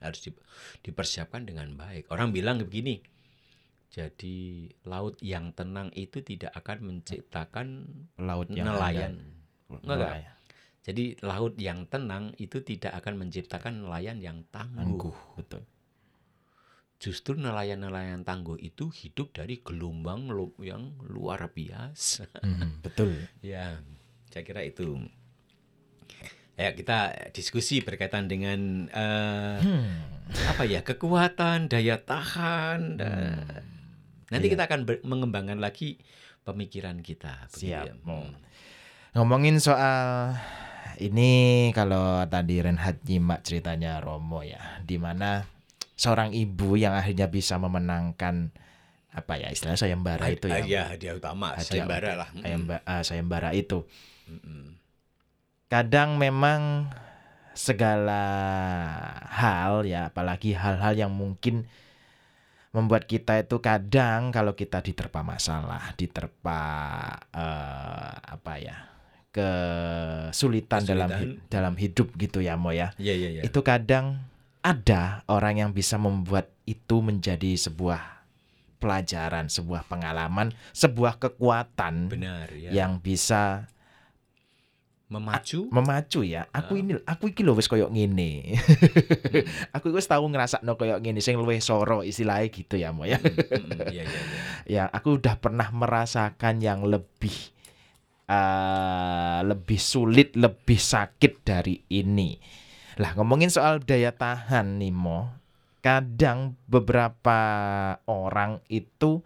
harus dipersiapkan dengan baik. Orang bilang begini, jadi laut yang tenang itu tidak akan menciptakan laut yang nelayan. Ada. Enggak. Jadi laut yang tenang itu tidak akan menciptakan nelayan yang tangguh. Tangguh, betul. Justru nelayan-nelayan tangguh itu hidup dari gelombang yang luar biasa. Hmm, betul. Ya, saya kira itu. Ya, kita diskusi berkaitan dengan uh, hmm. apa ya, kekuatan, daya tahan. Dan hmm. nanti iya. kita akan ber- mengembangkan lagi pemikiran kita. Siap. Hmm. Ngomongin soal ini, kalau tadi Reinhard nyimak ceritanya Romo ya, di mana seorang ibu yang akhirnya bisa memenangkan apa ya istilahnya sayembara itu ya. Iya, hadiah utama, hadiah sayembara lah. Sayembara, uh, sayembara itu. Mm-mm. Kadang memang segala hal ya, apalagi hal-hal yang mungkin membuat kita itu kadang kalau kita diterpa masalah, diterpa uh, apa ya, kesulitan, kesulitan. dalam dalam hidup gitu ya Mo ya. Iya, iya, iya. Itu kadang ada orang yang bisa membuat itu menjadi sebuah pelajaran, sebuah pengalaman, sebuah kekuatan. Benar, ya. Yang bisa memacu, a- memacu ya. Aku ini, aku iki lho wis koyo ngene. Aku wis tau ngrasakno koyo ngene sing luwih soro istilahnya gitu ya, Mo ya. Iya, iya, iya. Ya, aku udah pernah merasakan yang lebih uh, lebih sulit, lebih sakit dari ini. Lah, ngomongin soal daya tahan nih Mo, kadang beberapa orang itu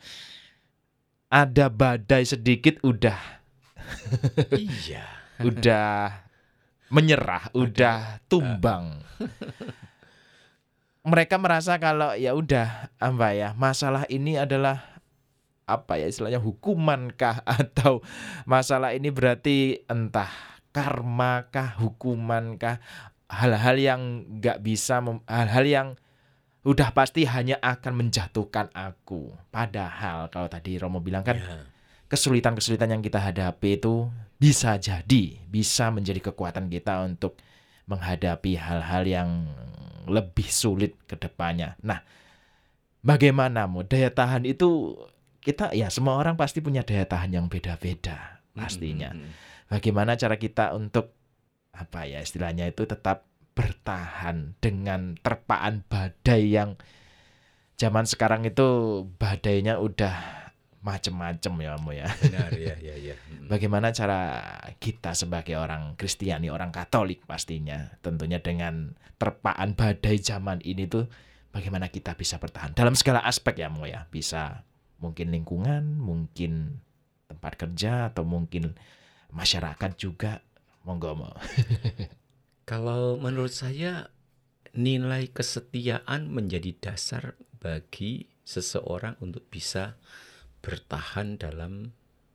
ada badai sedikit udah iya, udah menyerah, ada, udah tumbang. Uh. Mereka merasa kalau ya udah apa ya, masalah ini adalah apa ya istilahnya hukuman kah, atau masalah ini berarti entah karma kah, hukuman kah, hal-hal yang nggak bisa mem- hal-hal yang udah pasti hanya akan menjatuhkan aku. Padahal kalau tadi Romo bilang kan, yeah. kesulitan-kesulitan yang kita hadapi itu bisa jadi bisa menjadi kekuatan kita untuk menghadapi hal-hal yang lebih sulit ke depannya. Nah, bagaimana Mo daya tahan itu, kita ya semua orang pasti punya daya tahan yang beda-beda pastinya. Mm-hmm. Bagaimana cara kita untuk apa ya istilahnya itu tetap bertahan dengan terpaan badai yang zaman sekarang itu badainya udah macem-macem ya Mo ya. Benar, ya, ya, ya. Bagaimana cara kita sebagai orang Kristiani, orang Katolik pastinya, tentunya dengan terpaan badai zaman ini tuh bagaimana kita bisa bertahan dalam segala aspek ya Mo ya. Bisa mungkin lingkungan, mungkin tempat kerja, atau mungkin masyarakat juga. Monggo Mo. Kalau menurut saya nilai kesetiaan menjadi dasar bagi seseorang untuk bisa bertahan dalam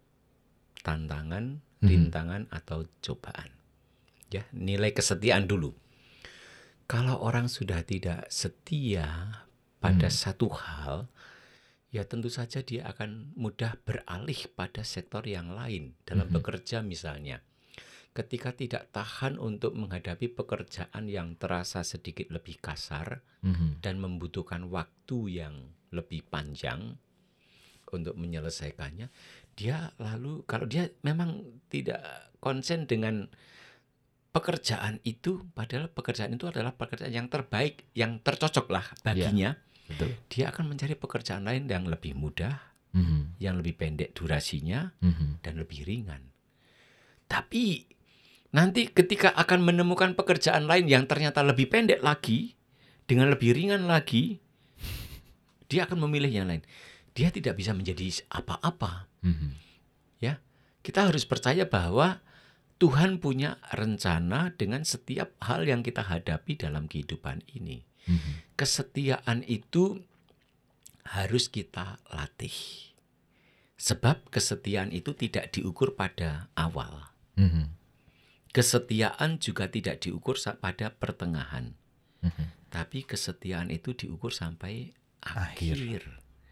tantangan, rintangan, hmm. atau cobaan. Ya, nilai kesetiaan dulu. Kalau orang sudah tidak setia pada hmm. satu hal, ya tentu saja dia akan mudah beralih pada sektor yang lain dalam hmm. bekerja misalnya. Ketika tidak tahan untuk menghadapi pekerjaan yang terasa sedikit lebih kasar mm-hmm. dan membutuhkan waktu yang lebih panjang untuk menyelesaikannya, dia lalu kalau dia memang tidak konsen dengan pekerjaan itu, padahal pekerjaan itu adalah pekerjaan yang terbaik, yang tercocok lah baginya, yeah, betul. Dia akan mencari pekerjaan lain yang lebih mudah, mm-hmm. yang lebih pendek durasinya, mm-hmm. dan lebih ringan. Tapi nanti ketika akan menemukan pekerjaan lain yang ternyata lebih pendek lagi, dengan lebih ringan lagi, dia akan memilih yang lain. Dia tidak bisa menjadi apa-apa. Mm-hmm. Ya, kita harus percaya bahwa Tuhan punya rencana dengan setiap hal yang kita hadapi dalam kehidupan ini. Mm-hmm. Kesetiaan itu harus kita latih. Sebab kesetiaan itu tidak diukur pada awal. Mm-hmm. Kesetiaan juga tidak diukur pada pertengahan. Mm-hmm. Tapi kesetiaan itu diukur sampai akhir. akhir.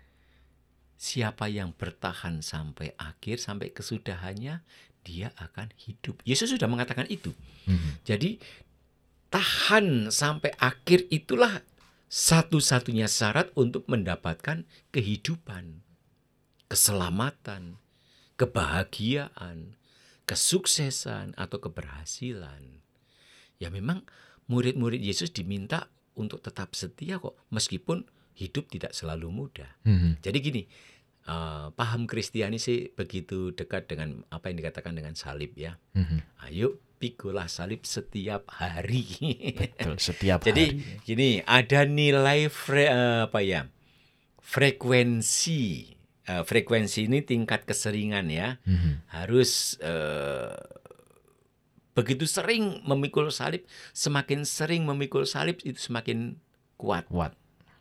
Siapa yang bertahan sampai akhir, sampai kesudahannya, dia akan hidup. Yesus sudah mengatakan itu. Mm-hmm. Jadi tahan sampai akhir itulah satu-satunya syarat untuk mendapatkan kehidupan, keselamatan, kebahagiaan, kesuksesan atau keberhasilan. Ya memang murid-murid Yesus diminta untuk tetap setia kok, meskipun hidup tidak selalu mudah. Mhm. Jadi gini, uh, paham Kristiani sih begitu dekat dengan apa yang dikatakan dengan salib ya. Mhm. Ayo pikulah salib setiap hari. Betul, setiap Jadi hari. gini, ada nilai fre, uh, apa ya? Frekuensi. Uh, frekuensi ini tingkat keseringan ya. Mhm. Harus uh, begitu sering memikul salib, semakin sering memikul salib itu semakin kuat. Kuat.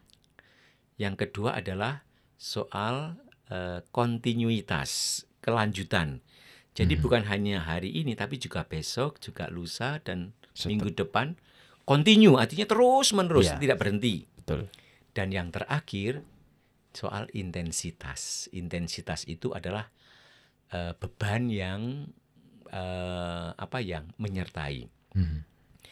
Yang kedua adalah soal uh, kontinuitas, kelanjutan. Jadi Mhm. bukan hanya hari ini, tapi juga besok, juga lusa, dan Setel- minggu depan. Continue, artinya terus-menerus, Iya. tidak berhenti. Betul. Dan yang terakhir, soal intensitas. Intensitas itu adalah uh, beban yang uh, apa yang menyertai. Mhm.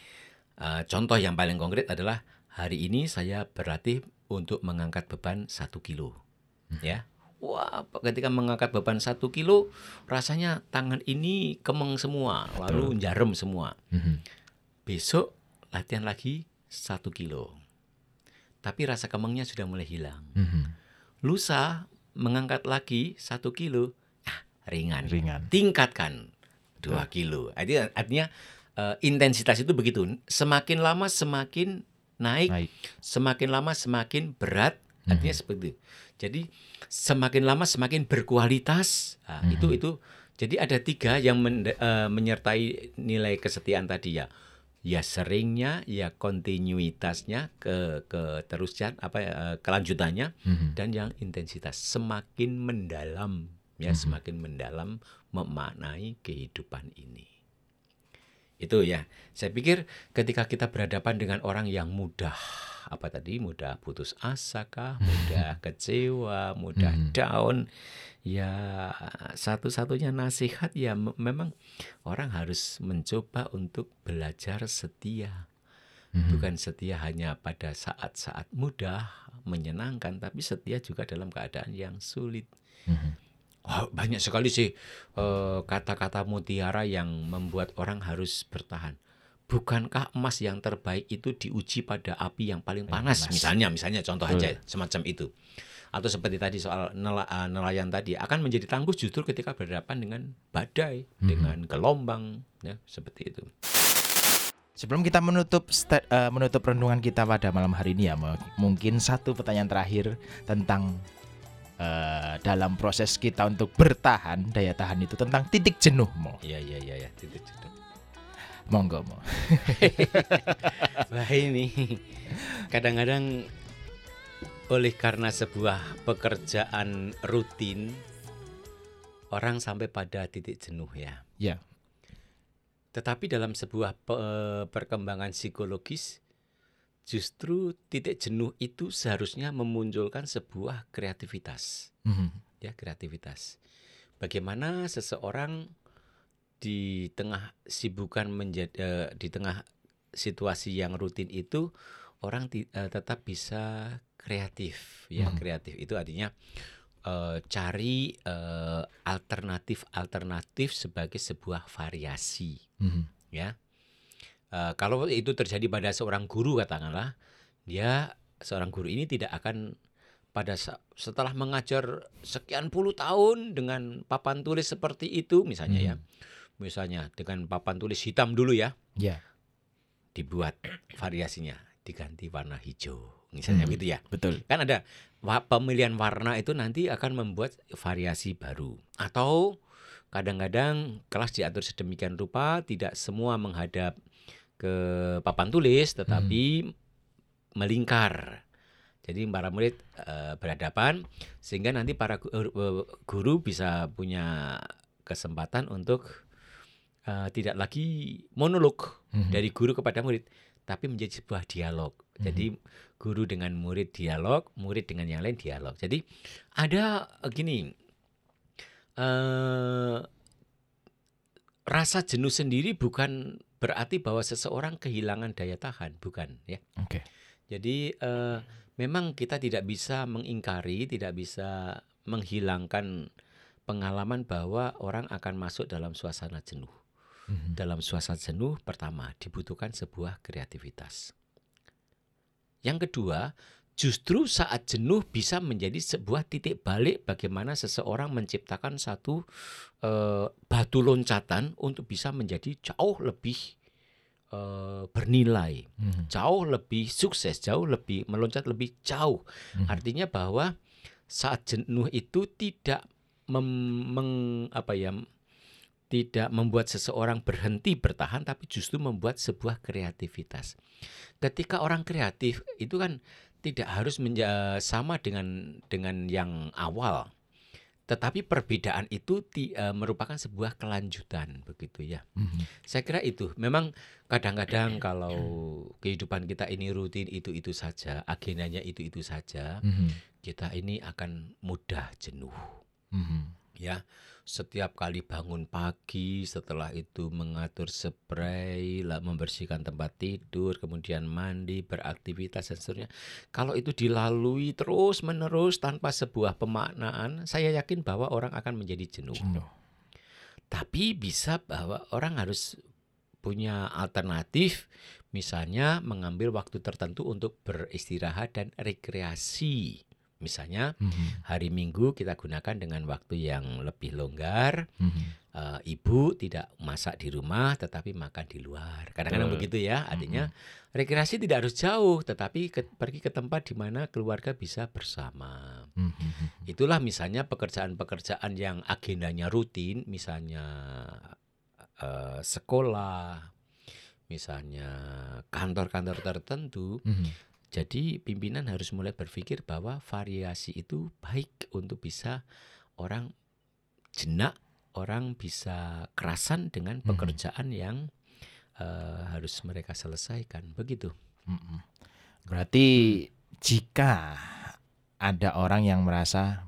Uh, contoh yang paling konkret adalah hari ini saya berlatih untuk mengangkat beban satu kilo. Ya. Wah, ketika mengangkat beban satu kilo, rasanya tangan ini kemeng semua, lalu jarum semua. Mhm. Besok latihan lagi satu kilo. Tapi rasa kemengnya sudah mulai hilang. Mhm. Lusa mengangkat lagi satu kilo, ah, ringan. Ringan. Tingkatkan dua kilo. Artinya, artinya uh, intensitas itu begitu. Semakin lama semakin naik, Naik. semakin lama semakin berat. Artinya Mhm. seperti itu. Jadi semakin lama semakin berkualitas. Nah, Mhm. itu itu. Jadi ada tiga yang men, uh, menyertai nilai kesetiaan tadi ya. Ya seringnya, ya kontinuitasnya, ke ke terusnya apa uh, kelanjutannya, Mhm. dan yang intensitas semakin mendalam ya, Mhm. semakin mendalam memaknai kehidupan ini. Itu ya. Saya pikir ketika kita berhadapan dengan orang yang mudah apa tadi, mudah putus asa kah, mudah kecewa, mudah Mhm. down, ya satu-satunya nasihat ya me- memang orang harus mencoba untuk belajar setia. Mhm. Bukan setia hanya pada saat-saat mudah, menyenangkan, tapi setia juga dalam keadaan yang sulit. Mhm. Wah, banyak sekali sih eh, kata-kata mutiara yang membuat orang harus bertahan. Bukankah emas yang terbaik itu diuji pada api yang paling Paling panas? panas. Misalnya, misalnya contoh Betul. aja semacam itu. Atau seperti tadi soal nela- eh, nelayan tadi, akan menjadi tangguh justru ketika berhadapan dengan badai, Mhm. dengan gelombang, ya seperti itu. Sebelum kita menutup sta- eh, menutup renungan kita pada malam hari ini ya, Mo, mungkin satu pertanyaan terakhir tentang eh, dalam proses kita untuk bertahan, daya tahan itu tentang titik jenuh, Mo. Iya, iya, iya, ya. Titik jenuh. Monggo, Mo. Wah ini kadang-kadang oleh karena sebuah pekerjaan rutin orang sampai pada titik jenuh ya. Ya. Tetapi dalam sebuah pe- perkembangan psikologis justru titik jenuh itu seharusnya memunculkan sebuah kreativitas, Mhm. ya kreativitas. Bagaimana seseorang di tengah sibukan menjadi eh, di tengah situasi yang rutin itu orang ti- eh, tetap bisa kreatif ya. Hmm. Kreatif itu artinya eh, cari eh, alternatif-alternatif sebagai sebuah variasi Mhm. ya. Eh, kalau itu terjadi pada seorang guru katakanlah, dia seorang guru ini tidak akan pada sa- setelah mengajar sekian puluh tahun dengan papan tulis seperti itu misalnya ya. Mhm. Misalnya dengan papan tulis hitam dulu ya, Ya, dibuat variasinya, diganti warna hijau, misalnya Hmm. gitu ya. betul. Kan ada wa- pemilihan warna itu nanti akan membuat variasi baru. Atau kadang-kadang kelas diatur sedemikian rupa, tidak semua menghadap ke papan tulis, tetapi melingkar. Jadi para murid eh, berhadapan, sehingga nanti para gu- eh, guru bisa punya kesempatan untuk Uh, tidak lagi monolog Mhm. dari guru kepada murid, tapi menjadi sebuah dialog. Mhm. Jadi guru dengan murid dialog, murid dengan yang lain dialog. Jadi ada uh, gini, uh, rasa jenuh sendiri bukan berarti bahwa seseorang kehilangan daya tahan, bukan ya. Oke. Jadi eh, memang kita tidak bisa mengingkari, tidak bisa menghilangkan pengalaman bahwa orang akan masuk dalam suasana jenuh. Mhm. Dalam suasana jenuh, pertama dibutuhkan sebuah kreativitas. Yang kedua, justru saat jenuh bisa menjadi sebuah titik balik bagaimana seseorang menciptakan satu eh, batu loncatan untuk bisa menjadi jauh lebih eh, bernilai, Mhm. jauh lebih sukses, jauh lebih meloncat lebih jauh. Mhm. Artinya bahwa saat jenuh itu tidak mem- meng- apa ya, tidak membuat seseorang berhenti bertahan, tapi justru membuat sebuah kreativitas. Ketika orang kreatif itu kan tidak harus menja- sama dengan dengan yang awal, tetapi perbedaan itu ti- eh, merupakan sebuah kelanjutan, begitu ya. Mhm. Saya kira itu memang kadang-kadang kalau kehidupan kita ini rutin itu-itu saja, agendanya itu-itu saja, Mhm. kita ini akan mudah jenuh. Mhm. Ya, setiap kali bangun pagi, setelah itu mengatur spray, lah membersihkan tempat tidur, kemudian mandi, beraktivitas dan seterusnya. Kalau itu dilalui terus-menerus tanpa sebuah pemaknaan, saya yakin bahwa orang akan menjadi jenuh. Jenuh. Tapi bisa bahwa orang harus punya alternatif, misalnya mengambil waktu tertentu untuk beristirahat dan rekreasi. Misalnya Mhm. hari Minggu kita gunakan dengan waktu yang lebih longgar. Mhm. Eh, ibu tidak masak di rumah tetapi makan di luar. Kadang-kadang Betul. begitu ya. Artinya rekreasi tidak harus jauh, tetapi ke- pergi ke tempat di mana keluarga bisa bersama. Mhm. Itulah misalnya pekerjaan-pekerjaan yang agendanya rutin, misalnya eh, sekolah, misalnya kantor-kantor tertentu. Mhm. Jadi pimpinan harus mulai berpikir bahwa variasi itu baik untuk bisa orang jenak, orang bisa kerasan dengan Mhm. pekerjaan yang eh, harus mereka selesaikan. Begitu. Mhm. Berarti jika ada orang yang merasa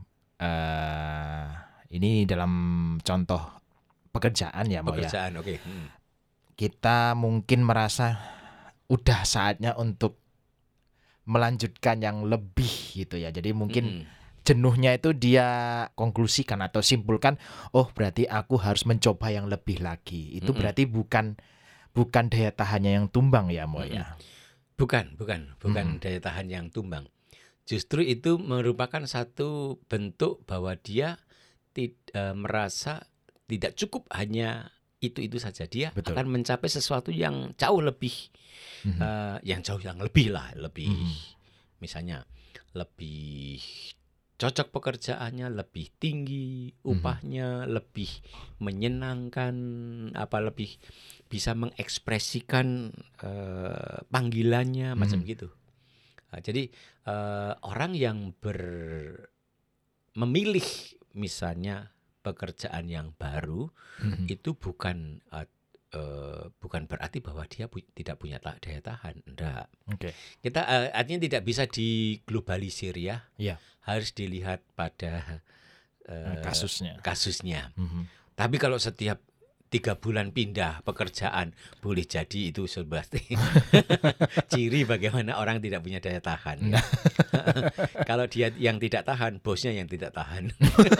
eh ini dalam contoh pekerjaan ya, Mbak ya. Pekerjaan, oke. Hmm. Kita mungkin merasa udah saatnya untuk melanjutkan yang lebih gitu ya. Jadi mungkin Mm-mm. jenuhnya itu dia konklusikan atau simpulkan, oh berarti aku harus mencoba yang lebih lagi. Itu Mm-mm. berarti bukan bukan daya tahannya yang tumbang ya, Mo ya. Bukan, bukan, bukan Mm-mm. daya tahan yang tumbang. Justru itu merupakan satu bentuk bahwa dia tid- eh, merasa tidak cukup hanya itu-itu saja. Dia Betul. akan mencapai sesuatu yang jauh lebih, Mhm. eh, yang jauh yang lebih lah, lebih, Mhm. misalnya lebih cocok pekerjaannya, lebih tinggi Mhm. upahnya, lebih menyenangkan, apa lebih bisa mengekspresikan eh, panggilannya, macam Mhm. gitu. Nah, jadi eh, orang yang ber memilih misalnya pekerjaan yang baru Mhm. itu bukan eh, eh, bukan berarti bahwa dia pu- tidak punya ta- daya tahan. Enggak. Oke. Kita eh, artinya tidak bisa diglobalisir ya. Iya. Harus dilihat pada eh, Kasusnya. kasusnya. Mhm. Tapi kalau setiap tiga bulan pindah pekerjaan, boleh jadi itu sebuah ciri bagaimana orang tidak punya daya tahan. Ya. Kalau dia yang tidak tahan, bosnya yang tidak tahan.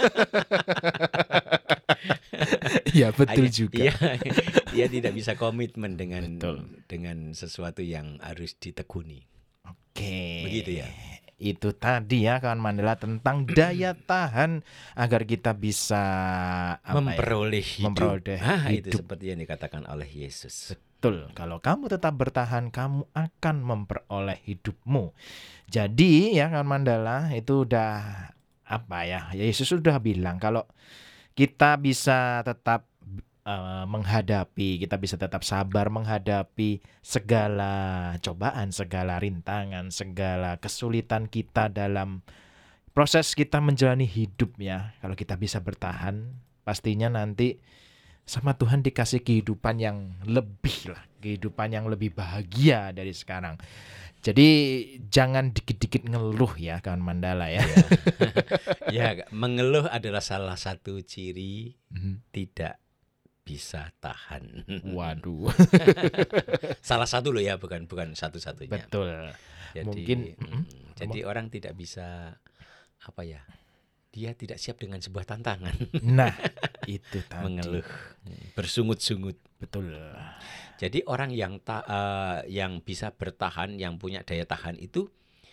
Iya betul Hanya- juga. Iya, dia tidak bisa komitmen dengan Betul. dengan sesuatu yang harus ditekuni. Oke. Begitu ya. Itu tadi ya kawan Mandala tentang daya tahan agar kita bisa apa ya, Memperoleh hidup. memperoleh Ah, itu hidup. seperti yang dikatakan oleh Yesus. Betul. Kalau kamu tetap bertahan, kamu akan memperoleh hidupmu. Jadi ya kawan Mandala itu udah apa ya? Yesus sudah bilang kalau kita bisa tetap uh, menghadapi, kita bisa tetap sabar menghadapi segala cobaan, segala rintangan, segala kesulitan kita dalam proses kita menjalani hidup ya. Kalau kita bisa bertahan, pastinya nanti sama Tuhan dikasih kehidupan yang lebih lah, kehidupan yang lebih bahagia dari sekarang. Jadi jangan dikit-dikit ngeluh ya kawan Mandala ya. Ya, mengeluh adalah salah satu ciri Mhm. tidak bisa tahan. Waduh. Salah satu loh ya, bukan bukan satu-satunya. Betul. Jadi, Mungkin mm, jadi orang tidak bisa apa ya? Dia tidak siap dengan sebuah tantangan. Nah, itu tadi. Mengeluh, bersungut-sungut. Betul. Jadi orang yang ta, uh, yang bisa bertahan, yang punya daya tahan itu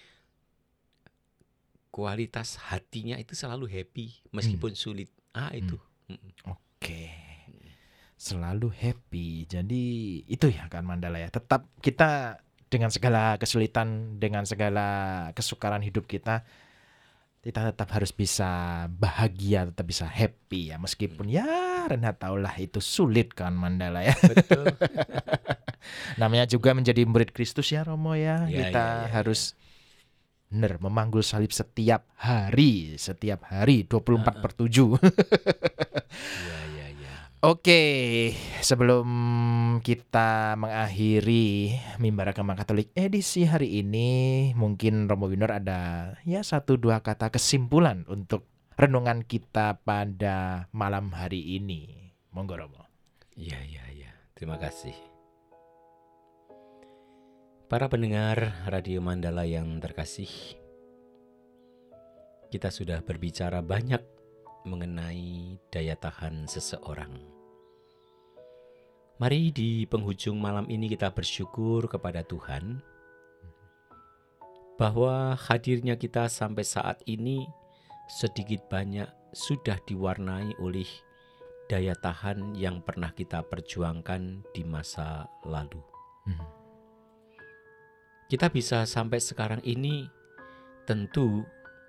kualitas hatinya itu selalu happy meskipun hmm. sulit. Ah itu. Hmm. Oke. Okay. Selalu happy. Jadi itu ya kan Mandala ya. Tetap kita dengan segala kesulitan, dengan segala kesukaran hidup kita, kita tetap harus bisa bahagia, tetap bisa happy ya. Meskipun ya Renhat tahulah itu sulit kan Mandala ya. Betul. Namanya juga menjadi murid Kristus ya Romo ya. Ya kita ya, ya, harus benar memanggul salib setiap hari, setiap hari dua puluh empat per tujuh. Ya ya ya. Oke, sebelum kita mengakhiri Mimbar Agama Katolik edisi hari ini, mungkin Romo Winur ada ya satu dua kata kesimpulan untuk renungan kita pada malam hari ini. Monggo Romo. Iya iya iya. Terima kasih. Para pendengar Radio Mandala yang terkasih, kita sudah berbicara banyak mengenai daya tahan seseorang. Mari di penghujung malam ini kita bersyukur kepada Tuhan bahwa hadirnya kita sampai saat ini sedikit banyak sudah diwarnai oleh daya tahan yang pernah kita perjuangkan di masa lalu. Hmm. Kita bisa sampai sekarang ini tentu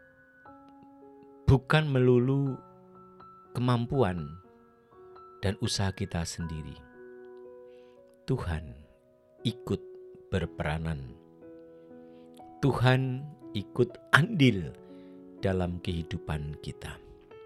bukan melulu kemampuan dan usaha kita sendiri. Tuhan ikut berperanan. Tuhan ikut andil dalam kehidupan kita.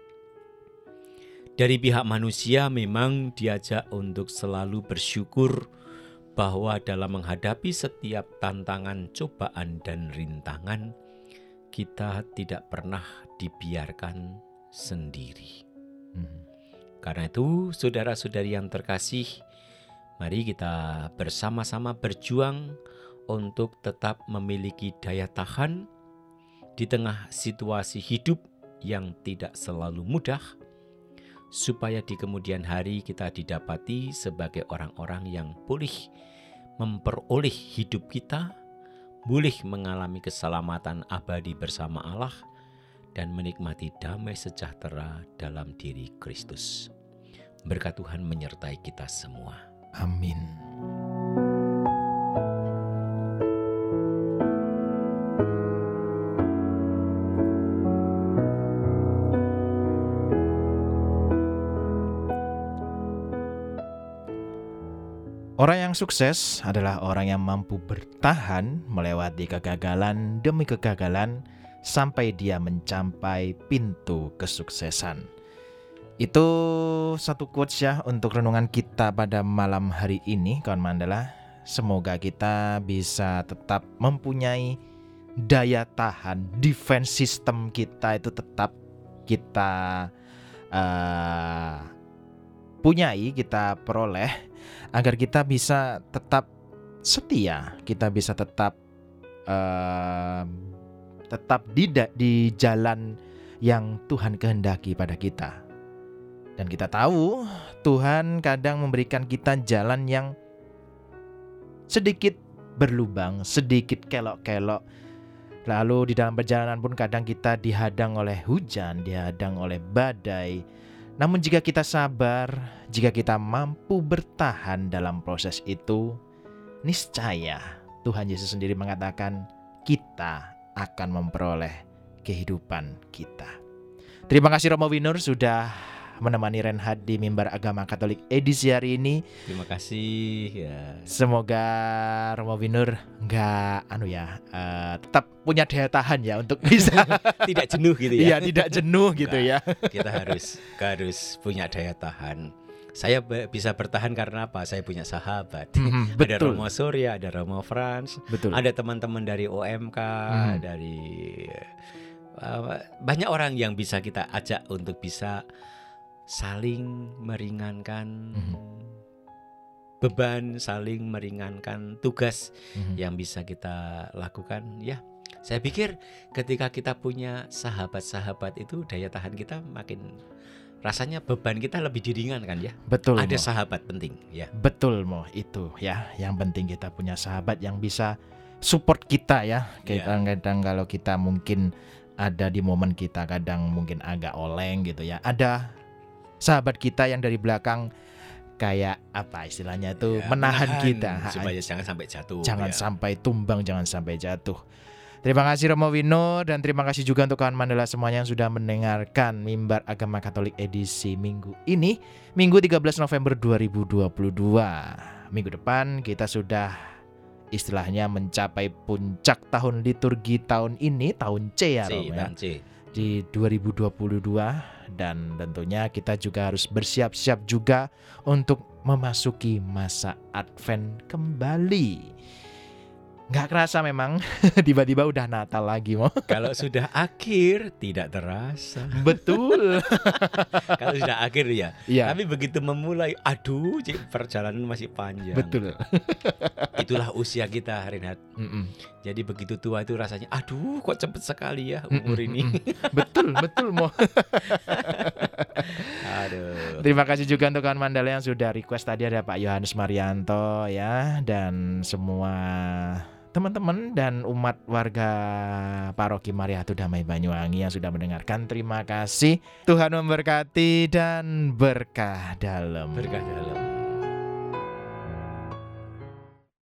Dari pihak manusia memang diajak untuk selalu bersyukur bahwa dalam menghadapi setiap tantangan, cobaan, dan rintangan, kita tidak pernah dibiarkan sendiri. Hmm. Karena itu, saudara-saudari yang terkasih, mari kita bersama-sama berjuang untuk tetap memiliki daya tahan di tengah situasi hidup yang tidak selalu mudah, supaya di kemudian hari kita didapati sebagai orang-orang yang pulih memperoleh hidup kita, boleh mengalami keselamatan abadi bersama Allah, dan menikmati damai sejahtera dalam diri Kristus. Berkat Tuhan menyertai kita semua. Amin. Orang yang sukses adalah orang yang mampu bertahan melewati kegagalan demi kegagalan sampai dia mencapai pintu kesuksesan. Itu satu quotes ya untuk renungan kita pada malam hari ini, kawan Mandala. Semoga kita bisa tetap mempunyai daya tahan, defense system kita itu tetap kita uh, punyai, kita peroleh, agar kita bisa tetap setia, kita bisa tetap uh, tetap di, di jalan yang Tuhan kehendaki pada kita. Dan kita tahu Tuhan kadang memberikan kita jalan yang sedikit berlubang, sedikit kelok-kelok. Lalu di dalam perjalanan pun kadang kita dihadang oleh hujan, dihadang oleh badai. Namun jika kita sabar, jika kita mampu bertahan dalam proses itu, niscaya Tuhan Yesus sendiri mengatakan kita akan memperoleh kehidupan kita. Terima kasih Romo Winur sudah menemani Renhat di Mimbar Agama Katolik edisi hari ini. Terima kasih ya. Semoga Romo Winur nggak anu ya uh, tetap punya daya tahan ya untuk bisa tidak jenuh gitu ya. Iya, tidak jenuh gitu ya. Kita harus harus punya daya tahan. Saya be- bisa bertahan karena apa? Saya punya sahabat. Mm, ada Romo Surya, ada Romo Frans, betul. Ada teman-teman dari O M K, mm. dari uh, banyak orang yang bisa kita ajak untuk bisa saling meringankan mm-hmm. beban, saling meringankan tugas Mhm. yang bisa kita lakukan. Ya, saya pikir ketika kita punya sahabat-sahabat itu daya tahan kita makin, rasanya beban kita lebih diringankan ya. Betul. Ada Mo. sahabat penting ya. Betul Mo, itu ya. Yang penting kita punya sahabat yang bisa support kita ya. Iya. Kadang-kadang kalau kita mungkin ada di momen kita kadang mungkin agak oleng gitu ya. Ada sahabat kita yang dari belakang kayak apa istilahnya itu Ya, menahan kita. supaya jangan sampai jatuh. Jangan ya. sampai tumbang, jangan sampai jatuh. Terima kasih Romo Wino dan terima kasih juga untuk kawan Mandala semuanya yang sudah mendengarkan Mimbar Agama Katolik edisi minggu ini, Minggu tiga belas November dua ribu dua puluh dua. Minggu depan kita sudah istilahnya mencapai puncak tahun liturgi tahun ini, tahun C ya C, Romo ya, tahun C. di dua ribu dua puluh dua, dan tentunya kita juga harus bersiap-siap juga untuk memasuki masa Advent kembali. Nggak kerasa memang tiba-tiba udah Natal lagi Mo. Kalau sudah akhir tidak terasa. Betul. Kalau sudah akhir ya. Iya. Tapi begitu memulai, aduh, cik, perjalanan masih panjang. Betul. Itulah usia kita, Renat. Mm-mm. Jadi begitu tua itu rasanya, aduh, kok cepet sekali ya umur Mm-mm, ini. mm-mm. Betul, betul Mo. Aduh. Terima kasih juga untuk kawan Mandala yang sudah request tadi, ada Pak Yohanes Marianto ya, dan semua teman-teman dan umat warga Paroki Mariatu Damai Banyuwangi yang sudah mendengarkan. Terima kasih. Tuhan memberkati dan berkah dalam. Berkah dalam.